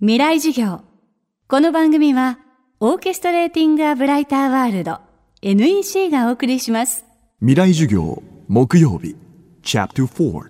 未来授業。この番組はオーケストレーティングアブライターワールド NEC がお送りします。 未来授業木曜日チャプター4。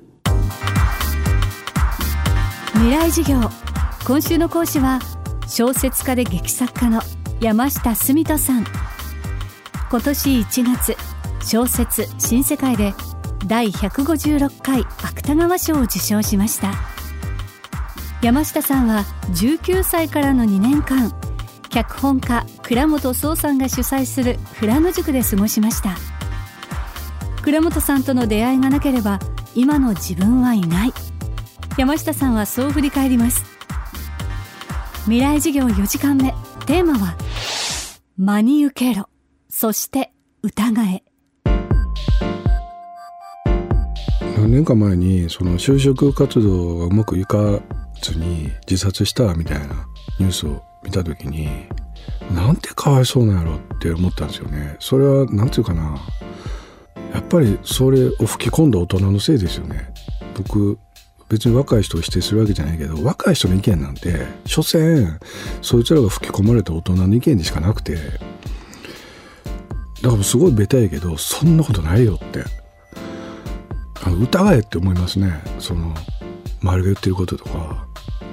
未来授業。今週の講師は小説家で劇作家の山下純人さん。今年1月、小説新世界で第156回芥川賞を受賞しました。山下さんは19歳からの2年間、脚本家倉本聰さんが主催する富良野塾で過ごしました。倉本さんとの出会いがなければ今の自分はいない。山下さんはそう振り返ります。未来授業4時間目、テーマは真に受けろ、そして疑え。 何年か前にその就職活動がうまくいかずに自殺したみたいなニュースを見た時に、なんてかわいそうなんやろって思ったんですよね。それはなんていうかな、やっぱりそれを吹き込んだ大人のせいですよね。僕別に若い人を否定するわけじゃないけど、若い人の意見なんて所詮そいつらが吹き込まれた大人の意見でしかなくて、だからすごいベタやけど、そんなことないよって疑えって思いますね。その周りが言ってることとか、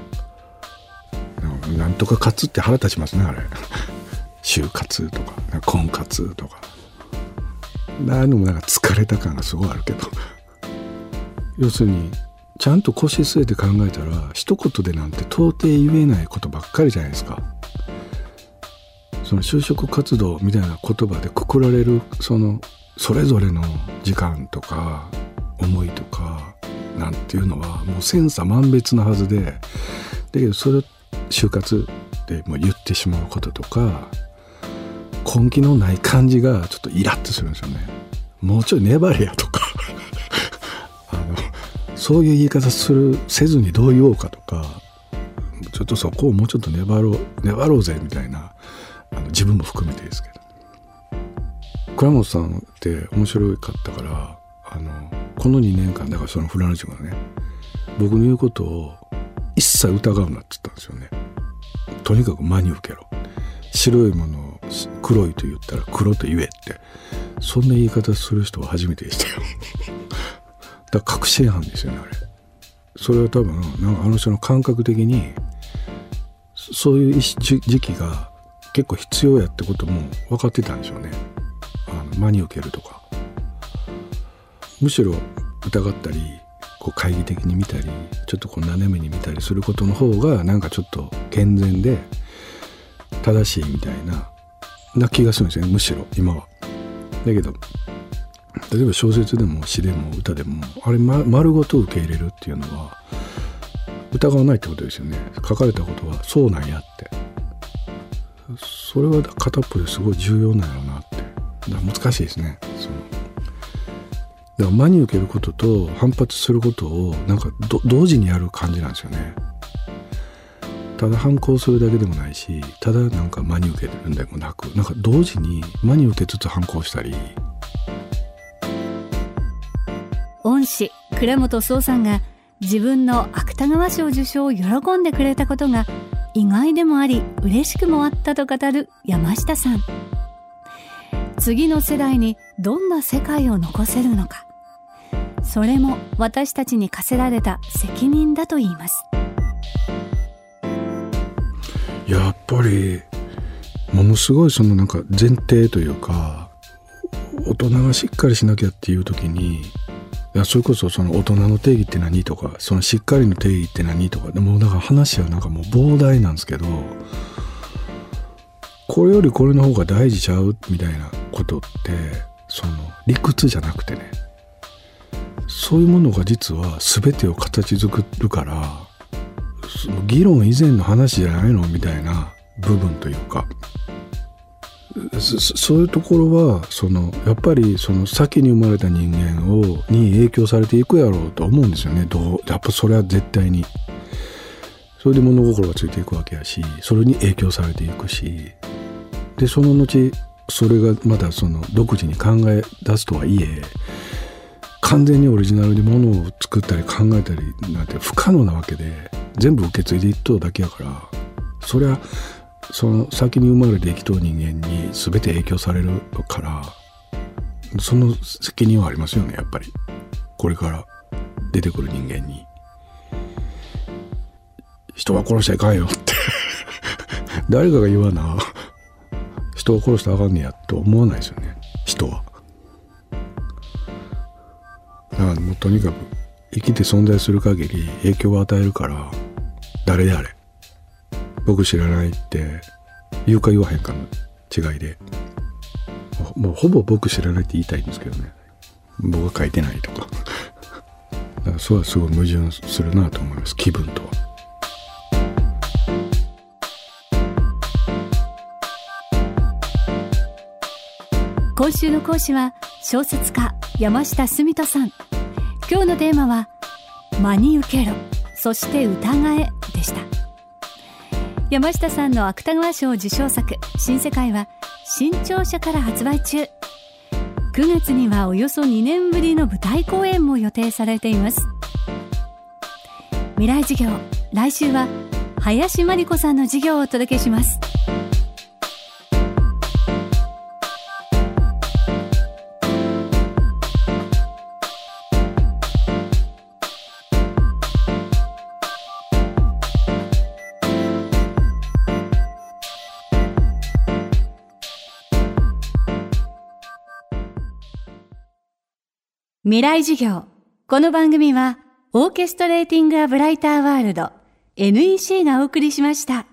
なんとか活って腹立ちますね、あれ就活とか婚活とか、何もなんか疲れた感がすごいあるけど要するにちゃんと腰据えて考えたら、一言でなんて到底言えないことばっかりじゃないですか。その就職活動みたいな言葉でくくられるそれぞれの時間とか思いとかなんていうのはもう千差万別なはずで、だけどそれを就活でもう言ってしまうこととか、根気のない感じがちょっとイラッとするんですよね。もうちょい粘れやとかそういう言い方せずにどう言おうかとか、ちょっとそこをもうちょっと粘ろうぜみたいな、自分も含めてですけど、倉本さんって面白かったから、この2年間だからその富良野塾がね、僕の言うことを一切疑うなって言ったんですよね。とにかく真に受けろ、白いものを黒いと言ったら黒と言えって、そんな言い方する人は初めてでしたよだから確信犯ですよね、あれ。それは多分なんかあの人の感覚的にそういう時期が結構必要やってことも分かってたんでしょうね。真に受けるとか、むしろ疑ったりこう懐疑的に見たり、ちょっとこう斜めに見たりすることの方がなんかちょっと健全で正しいみたいな気がするんですよね、むしろ今は。だけど例えば小説でも詩でも歌でもあれ、丸ごと受け入れるっていうのは疑わないってことですよね。書かれたことはそうなんやって、それは片っぽですごい重要なんやろうなって。だから難しいですね。だから真に受けることと反発することをなんか同時にやる感じなんですよね。ただ反抗するだけでもないし、ただなんか真に受けるんでもなく、なんか同時に真に受けつつ反抗したり。 恩師倉本聰さんが自分の芥川賞受賞を喜んでくれたことが意外でもあり嬉しくもあったと語る山下さん。次の世代にどんな世界を残せるのか、それも私たちに課せられた責任だと言います。 やっぱりものすごいなんか前提というか、大人がしっかりしなきゃっていう時に、それこそ大人の定義って何とか、そのしっかりの定義って何とか、でもだから話はなんかもう膨大なんですけど、これよりこれの方が大事ちゃうみたいなことって、理屈じゃなくてね、そういうものが実は全てを形作るから、その議論以前の話じゃないのみたいな部分というか、そういうところはやっぱり先に生まれた人間に影響されていくやろうと思うんですよね。やっぱそれは絶対に。それで物心がついていくわけやし、それに影響されていくし、でその後それがまた独自に考え出すとはいえ、完全にオリジナルで物を作ったり考えたりなんて不可能なわけで、 全部受け継いでいっとうだけやから、そりゃその先に生まれて生きとう人間に全て影響されるから、その責任はありますよね。やっぱりこれから出てくる人間に、人は殺しちゃいかんよって誰かが言わな、人を殺したらあかんねやって思わないですよね、人は。だからもうとにかく生きて存在する限り影響を与えるから、誰であれ僕知らないって言うか言わへんかの違いで、もうほぼ僕知らないって言いたいんですけどね、僕が書いてないとかだからそれはすごい矛盾するなと思います、気分とは。 今週の講師は小説家山下純人さん。今日のテーマは真に受けろ、そして疑えでした。山下さんの芥川賞受賞作新世界は新潮社から発売中。9月にはおよそ2年ぶりの舞台公演も予定されています。未来授業、来週は林真理子さんの授業をお届けします。未来授業。この番組はオーケストレーティング・ア・ブライター・ワールド NEC がお送りしました。